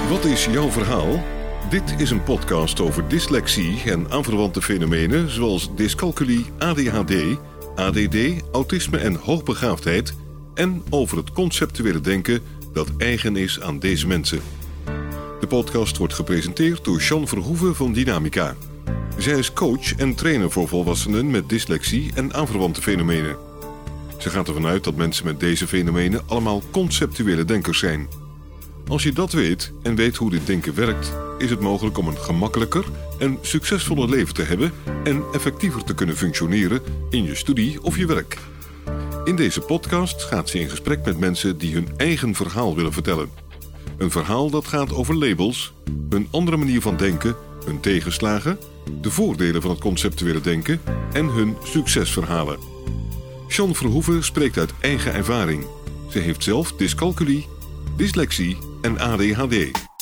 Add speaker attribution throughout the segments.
Speaker 1: Wat is jouw verhaal? Dit is een podcast over dyslexie en aanverwante fenomenen zoals dyscalculie, ADHD, ADD, autisme en hoogbegaafdheid en over het conceptuele denken dat eigen is aan deze mensen. De podcast wordt gepresenteerd door Jean Verhoeven van Dynamica. Zij is coach en trainer voor volwassenen met dyslexie en aanverwante fenomenen. Ze gaat ervan uit dat mensen met deze fenomenen allemaal conceptuele denkers zijn. Als je dat weet en weet hoe dit denken werkt, is het mogelijk om een gemakkelijker en succesvoller leven te hebben en effectiever te kunnen functioneren in je studie of je werk. In deze podcast gaat ze in gesprek met mensen die hun eigen verhaal willen vertellen. Een verhaal dat gaat over labels, een andere manier van denken, hun tegenslagen, de voordelen van het conceptuele denken en hun succesverhalen. Jean Verhoeven spreekt uit eigen ervaring. Ze heeft zelf dyscalculie, dyslexie en ADHD.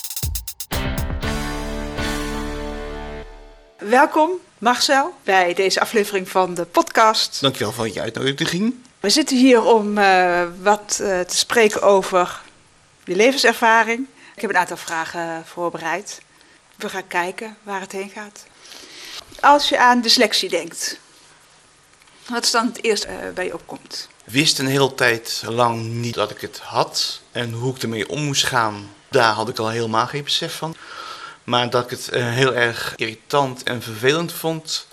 Speaker 2: Welkom Marcel bij deze aflevering van de podcast.
Speaker 3: Dankjewel voor je uitnodiging.
Speaker 2: We zitten hier om wat te spreken over je levenservaring. Ik heb een aantal vragen voorbereid. We gaan kijken waar het heen gaat. Als je aan dyslexie denkt, wat is dan het eerste bij je opkomt?
Speaker 3: Wist een hele tijd lang niet dat ik het had en hoe ik ermee om moest gaan. Daar had ik al helemaal geen besef van. Maar dat ik het heel erg irritant en vervelend vond,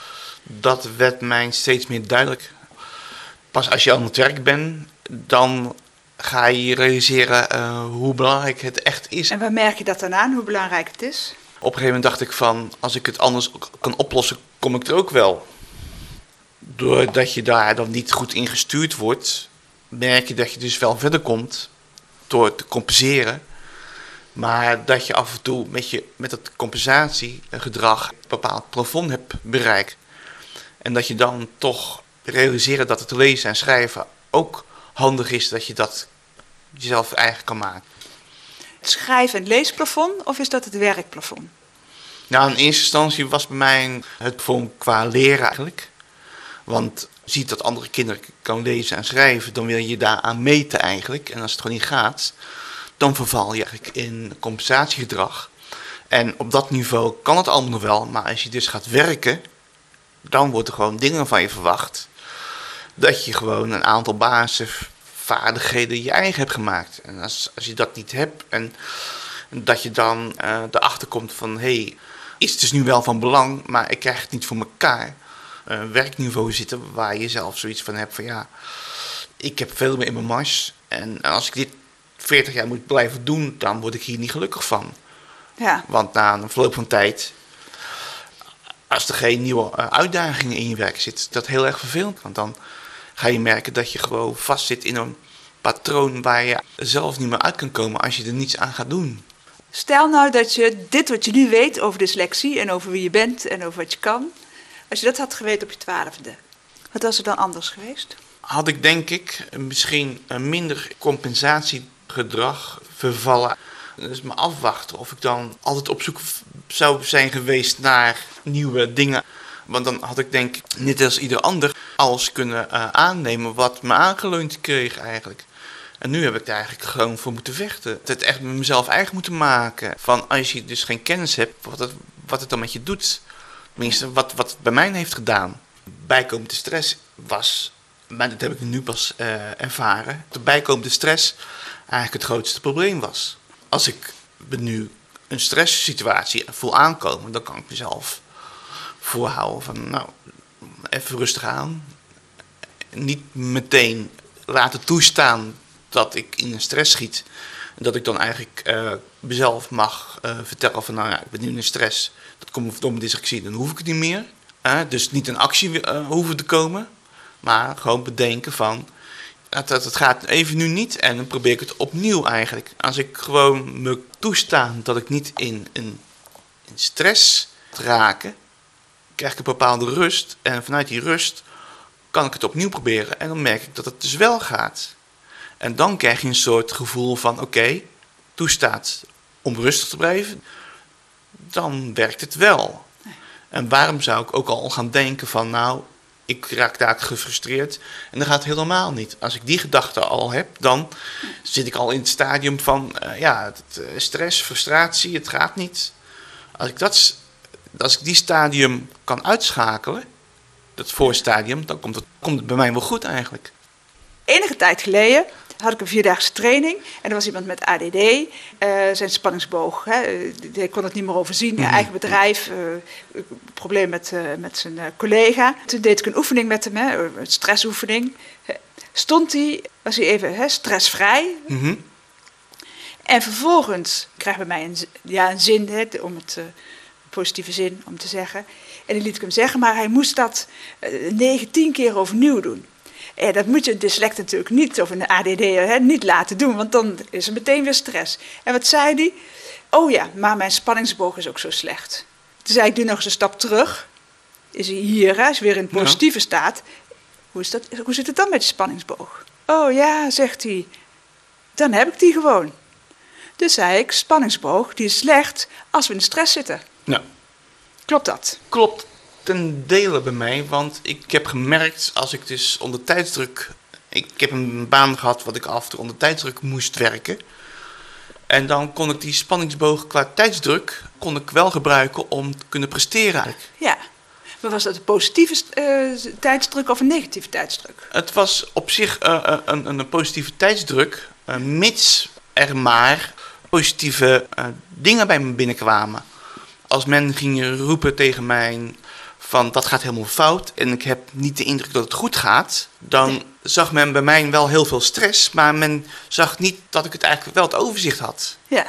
Speaker 3: dat werd mij steeds meer duidelijk. Pas als je aan het werk bent, dan ga je realiseren hoe belangrijk het echt is.
Speaker 2: En waar merk je dat dan aan, hoe belangrijk het is?
Speaker 3: Op een gegeven moment dacht ik van, als ik het anders kan oplossen, kom ik er ook wel. Doordat je daar dan niet goed in gestuurd wordt, merk je dat je dus wel verder komt door te compenseren. Maar dat je af en toe met dat compensatiegedrag een bepaald plafond hebt bereikt. En dat je dan toch realiseren dat het lezen en schrijven ook handig is, dat je dat jezelf eigen kan maken.
Speaker 2: Het schrijf- en leesplafond of is dat het werkplafond?
Speaker 3: Nou, in eerste instantie was bij mij het plafond qua leren eigenlijk. Want je ziet dat andere kinderen kan lezen en schrijven, dan wil je daaraan meten eigenlijk. En als het gewoon niet gaat, dan verval je eigenlijk in compensatiegedrag. En op dat niveau kan het allemaal nog wel, maar als je dus gaat werken, dan wordt er gewoon dingen van je verwacht. Dat je gewoon een aantal basisvaardigheden je eigen hebt gemaakt. En als je dat niet hebt en dat je dan erachter komt van, hé, is het dus nu wel van belang, maar ik krijg het niet voor elkaar. Werkniveau zitten waar je zelf zoiets van hebt van ja, ik heb veel meer in mijn mars. En als ik dit 40 jaar moet blijven doen, dan word ik hier niet gelukkig van.
Speaker 2: Ja.
Speaker 3: Want na een verloop van tijd, als er geen nieuwe uitdagingen in je werk zit, is dat heel erg vervelend. Want dan ga je merken dat je gewoon vastzit in een patroon waar je zelf niet meer uit kan komen als je er niets aan gaat doen.
Speaker 2: Stel nou dat je dit wat je nu weet over dyslexie en over wie je bent en over wat je kan, als je dat had geweten op je 12e, wat was er dan anders geweest?
Speaker 3: Had ik denk ik misschien een minder compensatiegedrag vervallen. Dus me afwachten of ik dan altijd op zoek zou zijn geweest naar nieuwe dingen. Want dan had ik denk ik, net als ieder ander, alles kunnen aannemen wat me aangeleund kreeg eigenlijk. En nu heb ik daar eigenlijk gewoon voor moeten vechten. Het echt met mezelf eigen moeten maken. Van als je dus geen kennis hebt, wat het dan met je doet. Tenminste, wat het bij mij heeft gedaan. Bijkomende stress was, maar dat heb ik nu pas ervaren, de bijkomende stress eigenlijk het grootste probleem was. Als ik nu een stresssituatie voel aankomen, dan kan ik mezelf voorhouden van, nou, even rustig aan. Niet meteen laten toestaan dat ik in een stress schiet. Dat ik dan eigenlijk mezelf mag vertellen van, nou ja, ik ben nu in een stress. Dat komt door mijn dyslexie, dan hoef ik het niet meer. Dus niet in actie hoeven te komen. Maar gewoon bedenken van, het gaat even nu niet en dan probeer ik het opnieuw eigenlijk. Als ik gewoon me toestaan dat ik niet in stress raken, krijg ik een bepaalde rust. En vanuit die rust kan ik het opnieuw proberen en dan merk ik dat het dus wel gaat. En dan krijg je een soort gevoel van, oké, toestaat om rustig te blijven, dan werkt het wel. En waarom zou ik ook al gaan denken van, nou, Ik raak daar gefrustreerd en dat gaat helemaal niet. Als ik die gedachte al heb, dan zit ik al in het stadium van stress, frustratie, het gaat niet. Als ik die stadium kan uitschakelen, dat voorstadium, dan komt het bij mij wel goed eigenlijk.
Speaker 2: Enige tijd geleden had ik een 4-daagse training en er was iemand met ADD, zijn spanningsboog. Hij kon het niet meer overzien, eigen bedrijf, probleem met zijn collega. Toen deed ik een oefening met hem, een stressoefening. Was hij even stressvrij.
Speaker 3: Mm-hmm.
Speaker 2: En vervolgens kreeg bij mij een zin, om het positieve zin om te zeggen. En die liet ik hem zeggen, maar hij moest dat 9-10 keer overnieuw doen. Dat moet je een dyslect natuurlijk niet, of een ADD'er niet laten doen, want dan is er meteen weer stress. En wat zei hij? Oh ja, maar mijn spanningsboog is ook zo slecht. Toen zei ik, doe nog eens een stap terug. Is hij hier, is weer in positieve staat. Hoe zit het dan met je spanningsboog? Oh ja, zegt hij, dan heb ik die gewoon. Dus zei ik, spanningsboog, die is slecht als we in de stress zitten.
Speaker 3: Ja.
Speaker 2: Klopt dat?
Speaker 3: Klopt ten dele bij mij, want ik heb gemerkt als ik dus onder tijdsdruk... Ik heb een baan gehad wat ik af en toe onder tijdsdruk moest werken. En dan kon ik die spanningsboog qua tijdsdruk wel gebruiken om te kunnen presteren eigenlijk.
Speaker 2: Ja, maar was dat een positieve tijdsdruk of een negatieve tijdsdruk?
Speaker 3: Het was op zich een positieve tijdsdruk, mits er maar positieve dingen bij me binnenkwamen. Als men ging roepen tegen mij van dat gaat helemaal fout en ik heb niet de indruk dat het goed gaat, dan zag men bij mij wel heel veel stress, maar men zag niet dat ik het eigenlijk wel het overzicht had.
Speaker 2: Ja.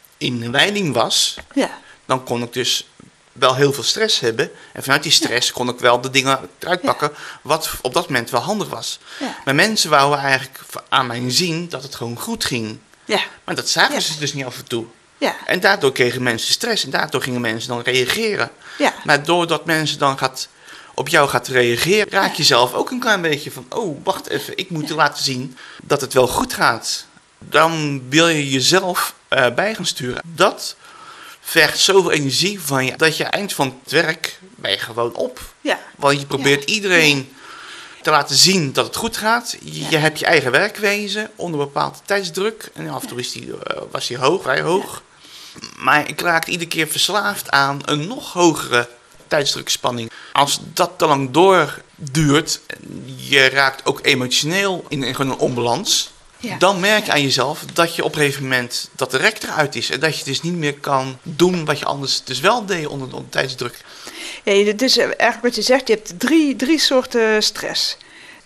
Speaker 3: In wijding was, dan kon ik dus wel heel veel stress hebben en vanuit die stress kon ik wel de dingen eruit pakken wat op dat moment wel handig was. Ja. Maar mensen wouden eigenlijk aan mij zien dat het gewoon goed ging. Ja. Maar dat zagen ze dus niet af en toe. Ja. En daardoor kregen mensen stress en daardoor gingen mensen dan reageren. Ja. Maar doordat mensen dan op jou gaat reageren, raak je zelf ook een klein beetje van, oh, wacht even, ik moet laten zien dat het wel goed gaat. Dan wil je jezelf bij gaan sturen. Dat vergt zoveel energie van je, dat je eind van het werk ben je gewoon op. Ja. Want je probeert iedereen te laten zien dat het goed gaat. Je hebt je eigen werkwezen onder een bepaalde tijdsdruk. En af en toe was die hoog, vrij hoog. Ja. Maar ik raakte iedere keer verslaafd aan een nog hogere tijdsdrukspanning. Als dat te lang doorduurt, je raakt ook emotioneel in gewoon een onbalans. Ja. Dan merk je aan jezelf dat je op een gegeven moment dat de rek eruit is. En dat je dus niet meer kan doen wat je anders dus wel deed onder tijdsdruk. Ja,
Speaker 2: dus eigenlijk wat je zegt, je hebt drie soorten stress.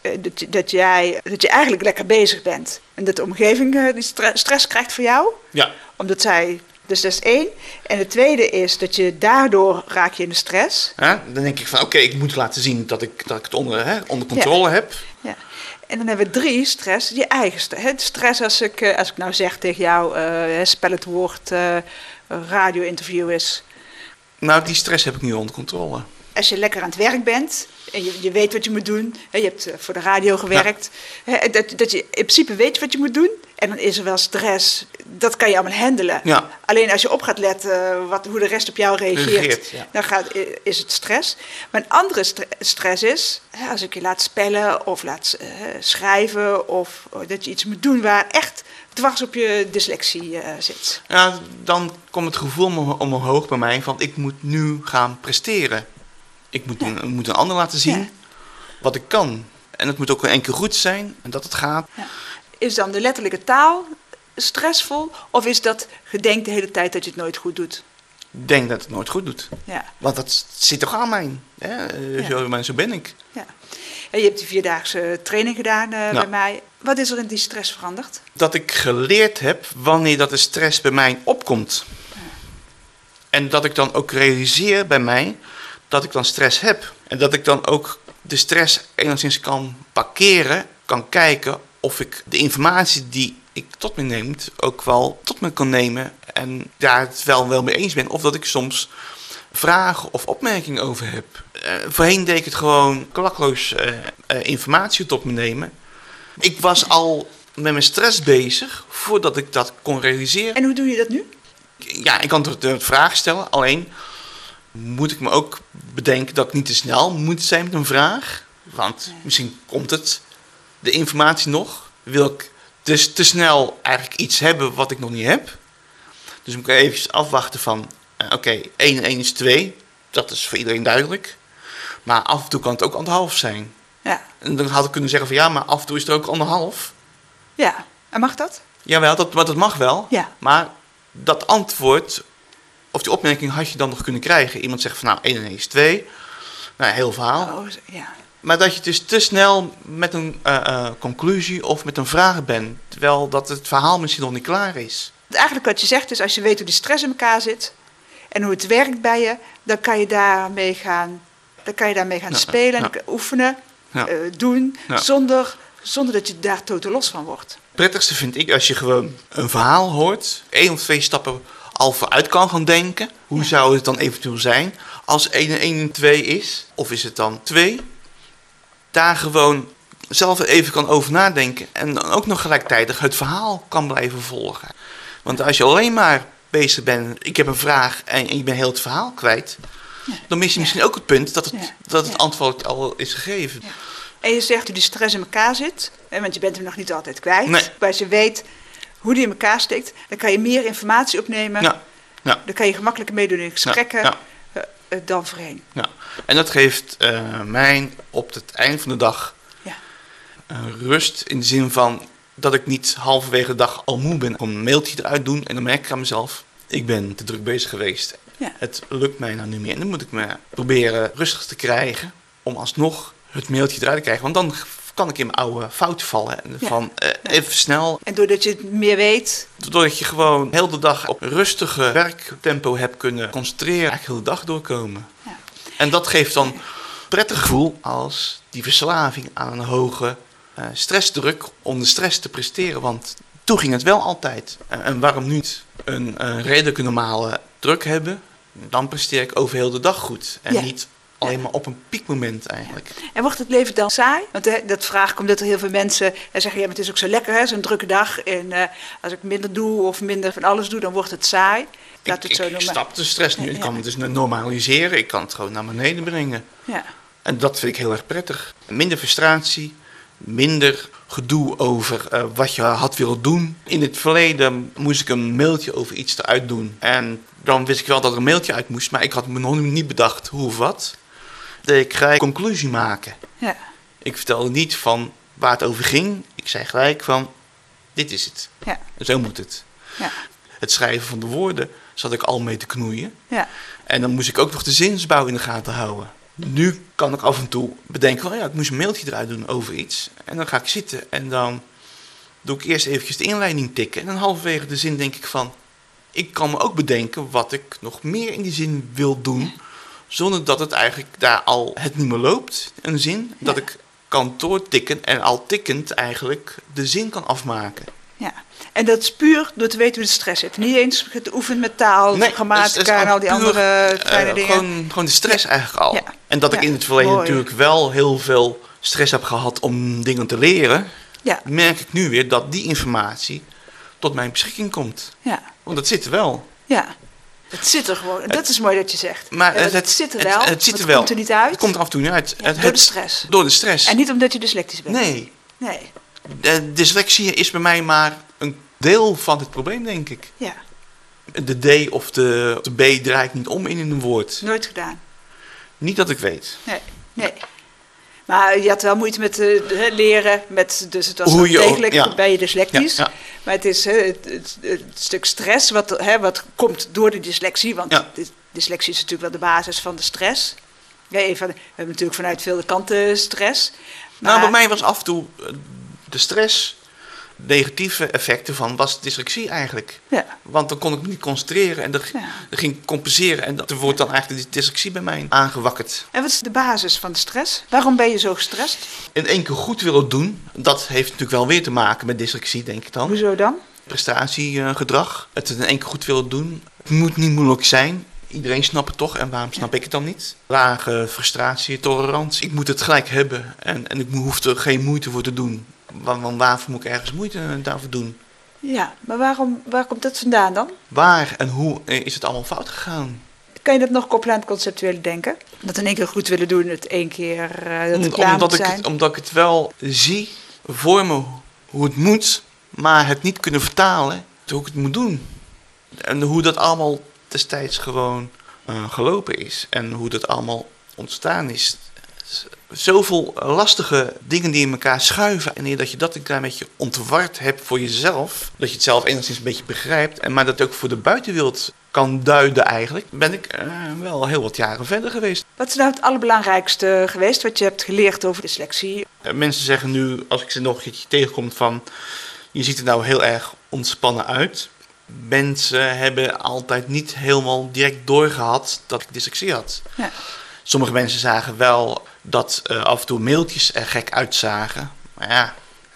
Speaker 2: Dat je eigenlijk lekker bezig bent. En dat de omgeving die stress krijgt voor jou. Ja. Omdat zij... Dus dat is 1. En het tweede is dat je daardoor raak je in de stress.
Speaker 3: Ja, dan denk ik van oké, ik moet laten zien dat ik het onder controle heb. Ja.
Speaker 2: En dan hebben we 3 stress, je eigen stress. Stress als ik nou zeg tegen jou, spel het woord radio-interview is.
Speaker 3: Nou, die stress heb ik nu onder controle.
Speaker 2: Als je lekker aan het werk bent en je weet wat je moet doen. Je hebt voor de radio gewerkt. Ja. Dat je in principe weet wat je moet doen. En dan is er wel stress. Dat kan je allemaal handelen. Ja. Alleen als je op gaat letten hoe de rest op jou reageert. Dan is het stress. Maar een andere stress is, als ik je laat spellen of laat schrijven. Of dat je iets moet doen waar echt dwars op je dyslexie zit.
Speaker 3: Ja, dan komt het gevoel omhoog bij mij van ik moet nu gaan presteren. Ik moet een ander laten zien wat ik kan. En het moet ook één keer goed zijn en dat het gaat. Ja.
Speaker 2: Is dan de letterlijke taal stressvol? Of is dat gedenk de hele tijd dat je het nooit goed doet?
Speaker 3: Ik denk dat het nooit goed doet. Ja. Want dat zit toch aan mij. Hè? Zo ben ik. Ja.
Speaker 2: En je hebt die 4-daagse training gedaan bij mij. Wat is er in die stress veranderd?
Speaker 3: Dat ik geleerd heb wanneer dat de stress bij mij opkomt. Ja. En dat ik dan ook realiseer bij mij dat ik dan stress heb. En dat ik dan ook de stress enigszins kan parkeren, kan kijken of ik de informatie die ik tot me neem ook wel tot me kan nemen en daar het wel mee eens ben. Of dat ik soms vragen of opmerkingen over heb. Voorheen deed ik het gewoon klakloos informatie tot me nemen. Ik was al met mijn stress bezig voordat ik dat kon realiseren.
Speaker 2: En hoe doe je dat nu?
Speaker 3: Ja, ik kan de vraag stellen. Alleen moet ik me ook bedenken dat ik niet te snel moet zijn met een vraag. Want misschien komt de informatie nog. Wil ik dus te snel eigenlijk iets hebben wat ik nog niet heb. Dus moet ik even afwachten van, 1 en 1 is 2. Dat is voor iedereen duidelijk. Maar af en toe kan het ook 1,5 zijn.
Speaker 2: Ja.
Speaker 3: En dan had ik kunnen zeggen van ja, maar af en toe is het ook 1,5.
Speaker 2: Ja, en mag dat?
Speaker 3: Jawel, dat mag wel.
Speaker 2: Ja.
Speaker 3: Maar dat antwoord, of die opmerking had je dan nog kunnen krijgen. Iemand zegt van 1 en 1 is 2. Nou, heel verhaal.
Speaker 2: Oh, ja.
Speaker 3: Maar dat je dus te snel met een conclusie of met een vraag bent. Terwijl dat het verhaal misschien nog niet klaar is.
Speaker 2: Eigenlijk wat je zegt is, als je weet hoe die stress in elkaar zit en hoe het werkt bij je, dan kan je daarmee gaan spelen en oefenen, doen, zonder dat je daar totaal los van wordt.
Speaker 3: Het prettigste vind ik als je gewoon een verhaal hoort, 1 of 2 stappen al vooruit kan gaan denken. Hoe zou het dan eventueel zijn als 1 en 1 en 2 is? Of is het dan 2? Daar gewoon zelf even kan over nadenken en dan ook nog gelijktijdig het verhaal kan blijven volgen. Want als je alleen maar bezig bent, ik heb een vraag en je bent heel het verhaal kwijt, dan mis je misschien ook het punt dat het antwoord al is gegeven. Ja.
Speaker 2: En je zegt hoe die stress in elkaar zit, want je bent hem nog niet altijd kwijt.
Speaker 3: Nee.
Speaker 2: Maar als je weet hoe die in elkaar steekt, dan kan je meer informatie opnemen.
Speaker 3: Ja. Ja.
Speaker 2: Dan kan je gemakkelijker meedoen in gesprekken dan voorheen.
Speaker 3: Ja. En dat geeft mij op het eind van de dag rust in de zin van dat ik niet halverwege de dag al moe ben. Een mailtje eruit doen en dan merk ik aan mezelf, ik ben te druk bezig geweest. Ja. Het lukt mij nou niet meer. En dan moet ik me proberen rustig te krijgen om alsnog het mailtje eruit te krijgen. Want dan kan ik in mijn oude fouten vallen. Van even snel.
Speaker 2: En doordat je het meer weet.
Speaker 3: Doordat je gewoon heel de dag op rustige werktempo hebt kunnen concentreren. Eigenlijk heel de dag doorkomen. Ja. En dat geeft dan een prettig gevoel als die verslaving aan een hoge stressdruk om de stress te presteren. Want toen ging het wel altijd. En waarom niet een redelijk normale druk hebben? Dan presteer ik over heel de dag goed. En niet alleen maar op een piekmoment eigenlijk.
Speaker 2: Ja. En wordt het leven dan saai? Want dat vraag ik omdat er heel veel mensen zeggen, ja, maar het is ook zo lekker, hè, zo'n drukke dag. En als ik minder doe of minder van alles doe, dan wordt het saai.
Speaker 3: Ik stap de stress nu. Ik kan het dus normaliseren. Ik kan het gewoon naar beneden brengen. Ja. En dat vind ik heel erg prettig. Minder frustratie, minder gedoe over wat je had willen doen. In het verleden moest ik een mailtje over iets eruit doen. En dan wist ik wel dat er een mailtje uit moest, maar ik had me nog niet bedacht hoe of wat. Dat ik gelijk conclusie maken. Ja. Ik vertelde niet van waar het over ging. Ik zei gelijk van, dit is het. Ja. En zo moet het. Ja. Het schrijven van de woorden zat ik al mee te knoeien. Ja. En dan moest ik ook nog de zinsbouw in de gaten houden. Nu kan ik af en toe bedenken van, ik moest een mailtje eruit doen over iets. En dan ga ik zitten en dan doe ik eerst eventjes de inleiding tikken. En dan halverwege de zin denk ik van, ik kan me ook bedenken wat ik nog meer in die zin wil doen. Zonder dat het eigenlijk daar al het niet meer loopt, een zin. Ja. Dat ik kan doortikken en al tikkend eigenlijk de zin kan afmaken.
Speaker 2: Ja, en dat is puur door te weten hoe de stress zit. Niet eens geoefend met taal, grammatica en al die andere kleine dingen.
Speaker 3: Gewoon de stress eigenlijk al. Ja. En dat ik in het verleden natuurlijk wel heel veel stress heb gehad om dingen te leren. Ja. Merk ik nu weer dat die informatie tot mijn beschikking komt. Ja. Want dat zit er wel.
Speaker 2: Ja. Het zit er gewoon. Dat is mooi dat je zegt.
Speaker 3: Maar
Speaker 2: het zit er wel.
Speaker 3: Het zit er wel.
Speaker 2: Komt er niet uit.
Speaker 3: Het komt er af en toe niet uit.
Speaker 2: Ja, door de stress.
Speaker 3: Door de stress.
Speaker 2: En niet omdat je dyslectisch bent.
Speaker 3: Nee. De dyslexie is bij mij maar een deel van het probleem, denk ik. Ja. De D of de B draai ik niet om in een woord.
Speaker 2: Nooit gedaan.
Speaker 3: Niet dat ik weet.
Speaker 2: Nee. Maar je had wel moeite met leren. Dus het was wel degelijk bij je dyslectisch. Ja. Maar het is het stuk stress wat komt door de dyslexie. Want dyslexie is natuurlijk wel de basis van de stress. Ja, we hebben natuurlijk vanuit veel kanten stress.
Speaker 3: Maar bij mij was af en toe de stress, negatieve effecten van, was dyslexie eigenlijk. Ja. Want dan kon ik me niet concentreren en dat ging compenseren. En er wordt dan eigenlijk die dyslexie bij mij aangewakkerd.
Speaker 2: En wat is de basis van de stress? Waarom ben je zo gestrest?
Speaker 3: In één keer goed willen doen, dat heeft natuurlijk wel weer te maken met dyslexie, denk ik dan.
Speaker 2: Hoezo dan?
Speaker 3: Prestatiegedrag. Het in één keer goed willen doen. Het moet niet moeilijk zijn. Iedereen snapt het toch en waarom snap ik het dan niet? Lage frustratie, tolerantie. Ik moet het gelijk hebben en ik hoef er geen moeite voor te doen. Want waarvoor moet ik ergens moeite daarvoor doen?
Speaker 2: Ja, maar waar komt dat vandaan dan?
Speaker 3: Waar en hoe is het allemaal fout gegaan?
Speaker 2: Kan je dat nog koppelen aan het conceptuele denken? Dat in één keer goed willen doen, het één keer dat het klaar moet zijn?
Speaker 3: Omdat ik het wel zie voor me hoe het moet, maar het niet kunnen vertalen hoe ik het moet doen. En hoe dat allemaal destijds gewoon gelopen is. En hoe dat allemaal ontstaan is. Zoveel lastige dingen die in elkaar schuiven. En dat je dat een klein beetje ontward hebt voor jezelf. Dat je het zelf enigszins een beetje begrijpt. Maar dat het ook voor de buitenwereld kan duiden eigenlijk. Ben ik wel heel wat jaren verder geweest.
Speaker 2: Wat is nou het allerbelangrijkste geweest wat je hebt geleerd over dyslexie?
Speaker 3: Mensen zeggen nu, als ik ze nog een keertje tegenkom van... Je ziet er nou heel erg ontspannen uit. Mensen hebben altijd niet helemaal direct doorgehad dat ik dyslexie had.
Speaker 2: Ja.
Speaker 3: Sommige mensen zagen wel dat af en toe mailtjes er gek uitzagen. Maar ja,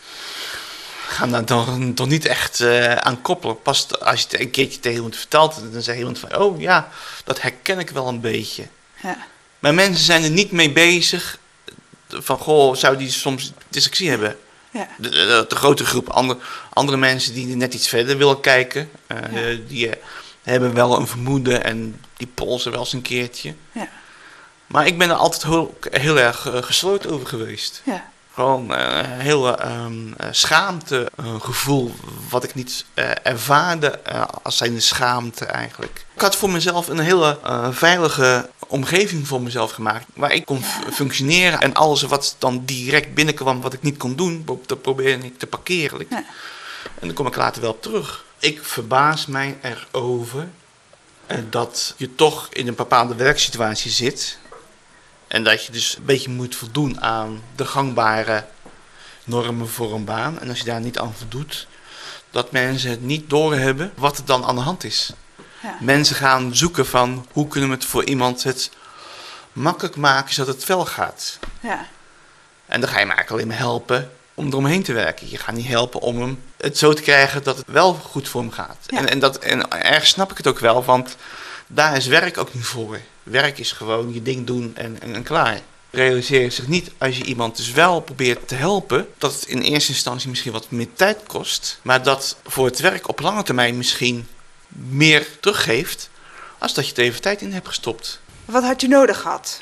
Speaker 3: gaan daar toch niet echt aan koppelen. Pas als je het een keertje tegen iemand vertelt, dan zegt iemand van... Oh ja, dat herken ik wel een beetje.
Speaker 2: Ja.
Speaker 3: Maar mensen zijn er niet mee bezig van... Goh, zou die soms dyslexie hebben?
Speaker 2: Ja.
Speaker 3: De grote groep andere mensen die net iets verder willen kijken... die hebben wel een vermoeden en die polsen wel eens een keertje.
Speaker 2: Ja.
Speaker 3: Maar ik ben er altijd heel erg gesloten over geweest.
Speaker 2: Ja.
Speaker 3: Gewoon een heel schaamtegevoel wat ik niet ervaarde als zijnde schaamte eigenlijk. Ik had voor mezelf een hele veilige omgeving voor mezelf gemaakt. Waar ik kon functioneren en alles wat dan direct binnenkwam wat ik niet kon doen, dat probeerde ik te parkeren. Ja. En daar kom ik later wel op terug. Ik verbaas mij erover dat je toch in een bepaalde werksituatie zit... En dat je dus een beetje moet voldoen aan de gangbare normen voor een baan. En als je daar niet aan voldoet, dat mensen het niet doorhebben wat er dan aan de hand is. Ja. Mensen gaan zoeken van hoe kunnen we het voor iemand het makkelijk maken zodat het wel gaat. Ja. En dan ga je hem eigenlijk alleen maar helpen om eromheen te werken. Je gaat niet helpen om hem het zo te krijgen dat het wel goed voor hem gaat. Ja. En ergens snap ik het ook wel, want daar is werk ook niet voor. Werk is gewoon je ding doen en klaar. Realiseer je zich niet als je iemand dus wel probeert te helpen... dat het in eerste instantie misschien wat meer tijd kost... maar dat voor het werk op lange termijn misschien meer teruggeeft... als dat je er even tijd in hebt gestopt.
Speaker 2: Wat had je nodig gehad?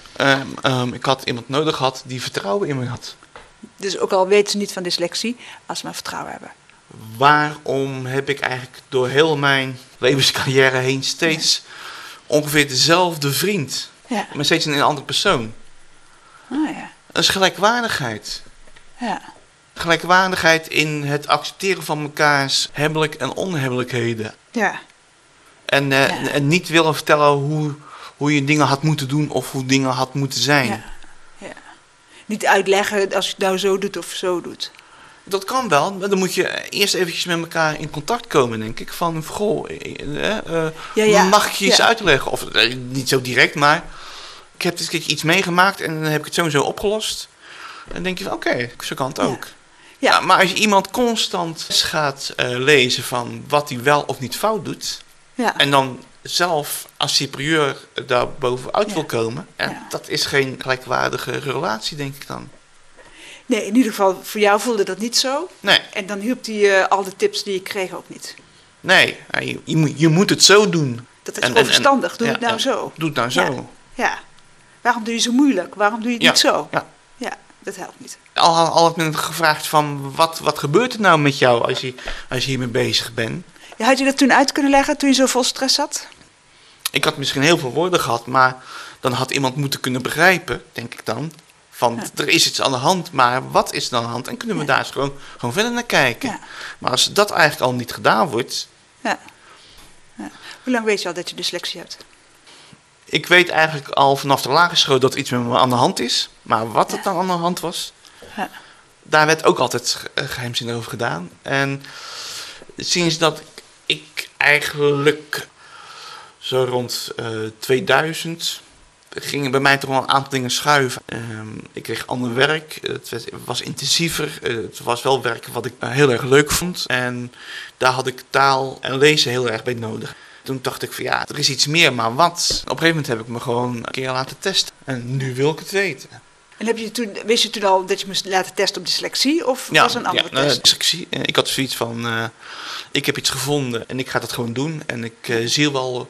Speaker 3: Ik had iemand nodig gehad die vertrouwen in me had.
Speaker 2: Dus ook al weten ze niet van dyslexie, als ze maar vertrouwen hebben.
Speaker 3: Waarom heb ik eigenlijk door heel mijn levenscarrière heen steeds... ongeveer dezelfde vriend, maar steeds een andere persoon.
Speaker 2: Oh, ja.
Speaker 3: Dat is gelijkwaardigheid.
Speaker 2: Ja.
Speaker 3: Gelijkwaardigheid in het accepteren van mekaars hebbelijk en onhebbelijkheden.
Speaker 2: Ja.
Speaker 3: En niet willen vertellen hoe je dingen had moeten doen of hoe dingen had moeten zijn.
Speaker 2: Ja. Ja. Niet uitleggen als je het nou zo doet of zo doet.
Speaker 3: Dat kan wel, maar dan moet je eerst eventjes met elkaar in contact komen, denk ik. Van, goh, mag ik je iets uitleggen? Of niet zo direct, maar ik heb dit keer iets meegemaakt en dan heb ik het zo en zo opgelost. En dan denk je van, oké, zo kan het ook. Ja. Ja, maar als je iemand constant gaat lezen van wat hij wel of niet fout doet... en dan zelf als superieur daar bovenuit wil komen... dat is geen gelijkwaardige relatie, denk ik dan.
Speaker 2: Nee, in ieder geval, voor jou voelde dat niet zo.
Speaker 3: Nee.
Speaker 2: En dan hielp die al de tips die je kreeg ook niet.
Speaker 3: Nee, je moet het zo doen.
Speaker 2: Dat is gewoon verstandig. Doe het nou zo.
Speaker 3: Doe het nou zo.
Speaker 2: Ja. Waarom doe je zo moeilijk? Waarom doe je het niet zo?
Speaker 3: Ja.
Speaker 2: Ja, dat helpt niet.
Speaker 3: Al had men gevraagd van, wat gebeurt er nou met jou als je hiermee bezig bent?
Speaker 2: Ja, had je dat toen uit kunnen leggen, toen je zo vol stress zat?
Speaker 3: Ik had misschien heel veel woorden gehad, maar dan had iemand moeten kunnen begrijpen, denk ik dan... Van, er is iets aan de hand, maar wat is er aan de hand? En kunnen we daar eens gewoon verder naar kijken. Ja. Maar als dat eigenlijk al niet gedaan wordt...
Speaker 2: Ja. Ja. Hoe lang weet je al dat je dyslexie hebt?
Speaker 3: Ik weet eigenlijk al vanaf de lagere school dat iets met me aan de hand is. Maar wat het dan aan de hand was... Daar werd ook altijd geheimzinnig over gedaan. En sinds dat ik eigenlijk zo rond 2000... gingen bij mij toch wel een aantal dingen schuiven. Ik kreeg ander werk. Het was intensiever. Het was wel werk wat ik heel erg leuk vond. En daar had ik taal en lezen heel erg bij nodig. Toen dacht ik van er is iets meer, maar wat? Op een gegeven moment heb ik me gewoon een keer laten testen. En nu wil ik het weten. En
Speaker 2: wist je toen al dat je moest laten testen op dyslexie? Of was er een andere test?
Speaker 3: Dyslexie. Ik had zoiets van, ik heb iets gevonden en ik ga dat gewoon doen. En ik zie wel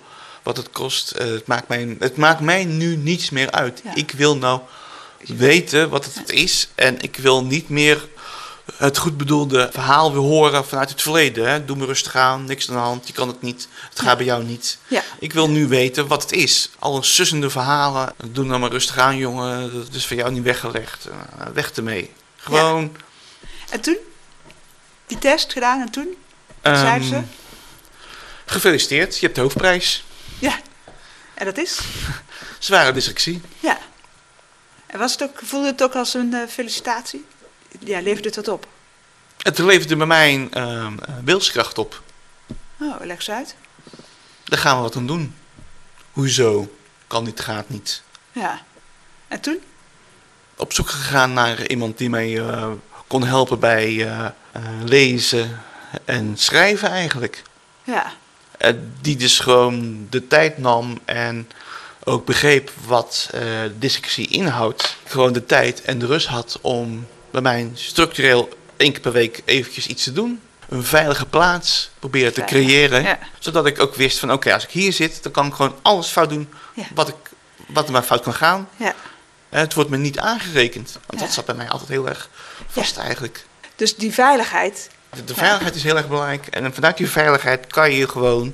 Speaker 3: wat het kost. Het maakt mij nu niets meer uit.
Speaker 2: Ja.
Speaker 3: Ik wil nou weten wat het is. En ik wil niet meer het goed bedoelde verhaal weer horen vanuit het verleden. Hè? Doe me rustig aan, niks aan de hand, je kan het niet. Het gaat bij jou niet.
Speaker 2: Ja.
Speaker 3: Ik wil nu weten wat het is. Al een sussende verhalen. Doe nou maar rustig aan, jongen. Dat is voor jou niet weggelegd. Weg ermee. Gewoon...
Speaker 2: En toen? Die test gedaan en toen? Wat zeiden ze?
Speaker 3: Gefeliciteerd, je hebt de hoofdprijs.
Speaker 2: Ja. En dat is?
Speaker 3: Zware dyslexie.
Speaker 2: Ja. En voelde het ook als een felicitatie? Ja, leverde het wat op?
Speaker 3: Het leverde bij mij een wilskracht op.
Speaker 2: Oh, leg eens uit.
Speaker 3: Daar gaan we wat aan doen. Hoezo? Kan niet, gaat niet.
Speaker 2: Ja. En toen?
Speaker 3: Op zoek gegaan naar iemand die mij kon helpen bij lezen en schrijven eigenlijk.
Speaker 2: Ja.
Speaker 3: Die dus gewoon de tijd nam en ook begreep wat dyslexie inhoudt. Gewoon de tijd en de rust had om bij mij structureel 1 keer per week eventjes iets te doen. Een veilige plaats proberen te creëren.
Speaker 2: Ja.
Speaker 3: Zodat ik ook wist van oké, als ik hier zit, dan kan ik gewoon alles fout doen wat er maar fout kan gaan.
Speaker 2: Ja.
Speaker 3: Het wordt me niet aangerekend. Want dat zat bij mij altijd heel erg vast eigenlijk.
Speaker 2: Dus die veiligheid.
Speaker 3: De veiligheid is heel erg belangrijk. En vanuit die veiligheid kan je gewoon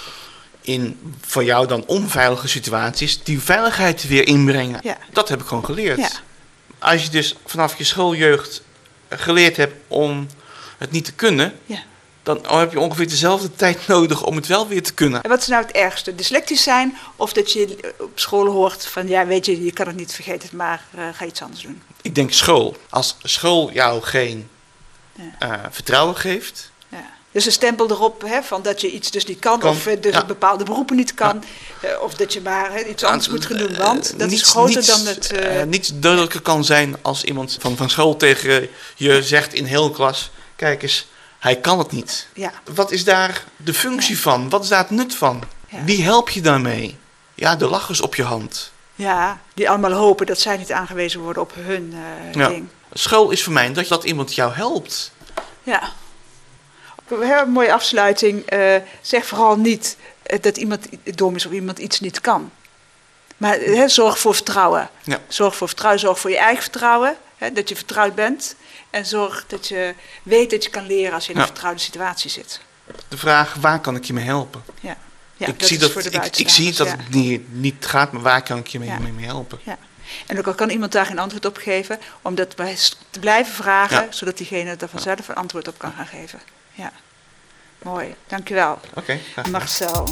Speaker 3: in voor jou dan onveilige situaties die veiligheid weer inbrengen.
Speaker 2: Ja.
Speaker 3: Dat heb ik gewoon geleerd.
Speaker 2: Ja.
Speaker 3: Als je dus vanaf je schooljeugd geleerd hebt om het niet te kunnen, dan heb je ongeveer dezelfde tijd nodig om het wel weer te kunnen.
Speaker 2: En wat is nou het ergste? Dyslectisch zijn of dat je op school hoort van ja, weet je kan het niet, vergeet het maar, ga iets anders doen?
Speaker 3: Ik denk school. Als school jou geen vertrouwen geeft.
Speaker 2: Ja. Dus een stempel erop van dat je iets dus niet kan. Of dus bepaalde beroepen niet kan. Of dat je maar iets anders moet gaan doen. Want dat is groter dan het...
Speaker 3: Niets duidelijker kan zijn als iemand van school tegen je zegt in heel klas, kijk eens, hij kan het niet.
Speaker 2: Ja.
Speaker 3: Wat is daar de functie van? Wat is daar het nut van? Ja. Wie help je daarmee? Ja, de lachers op je hand.
Speaker 2: Ja, die allemaal hopen dat zij niet aangewezen worden op hun ding.
Speaker 3: School is voor mij dat iemand jou helpt.
Speaker 2: Ja. We hebben een mooie afsluiting. Zeg vooral niet dat iemand dom is of iemand iets niet kan. Maar zorg voor vertrouwen. Ja. Zorg voor vertrouwen, zorg voor je eigen vertrouwen. Dat je vertrouwd bent. En zorg dat je weet dat je kan leren als je in een vertrouwde situatie zit.
Speaker 3: De vraag, waar kan ik je mee helpen?
Speaker 2: Ja.
Speaker 3: Ik zie dat het niet gaat, maar waar kan ik je mee helpen?
Speaker 2: Ja. En ook al kan iemand daar geen antwoord op geven, om dat te blijven vragen, zodat diegene daar vanzelf een antwoord op kan gaan geven. Ja, mooi. Dankjewel.
Speaker 3: Oké,
Speaker 2: Marcel.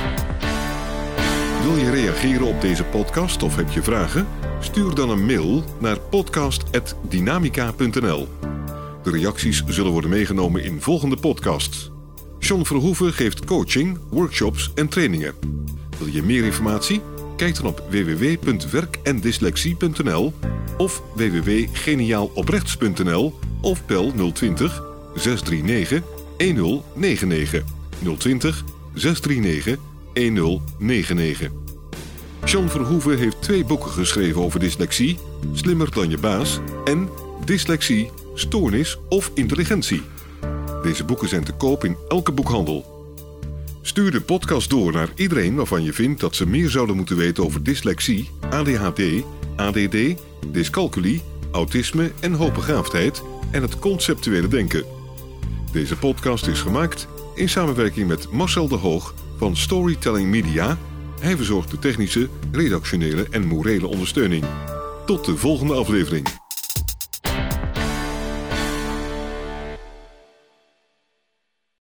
Speaker 1: Wil je reageren op deze podcast of heb je vragen? Stuur dan een mail naar podcast@dynamica.nl. De reacties zullen worden meegenomen in volgende podcasts. John Verhoeven geeft coaching, workshops en trainingen. Wil je meer informatie? Kijk dan op www.werkendyslexie.nl of www.geniaaloprechts.nl of bel 020 639 1099. 020 639 1099. John Verhoeven heeft 2 boeken geschreven over dyslexie, Slimmer dan je baas en Dyslexie, stoornis of intelligentie. Deze boeken zijn te koop in elke boekhandel. Stuur de podcast door naar iedereen waarvan je vindt dat ze meer zouden moeten weten over dyslexie, ADHD, ADD, dyscalculie, autisme en hoogbegaafdheid en het conceptuele denken. Deze podcast is gemaakt in samenwerking met Marcel de Hoog van Storytelling Media. Hij verzorgt de technische, redactionele en morele ondersteuning. Tot de volgende aflevering.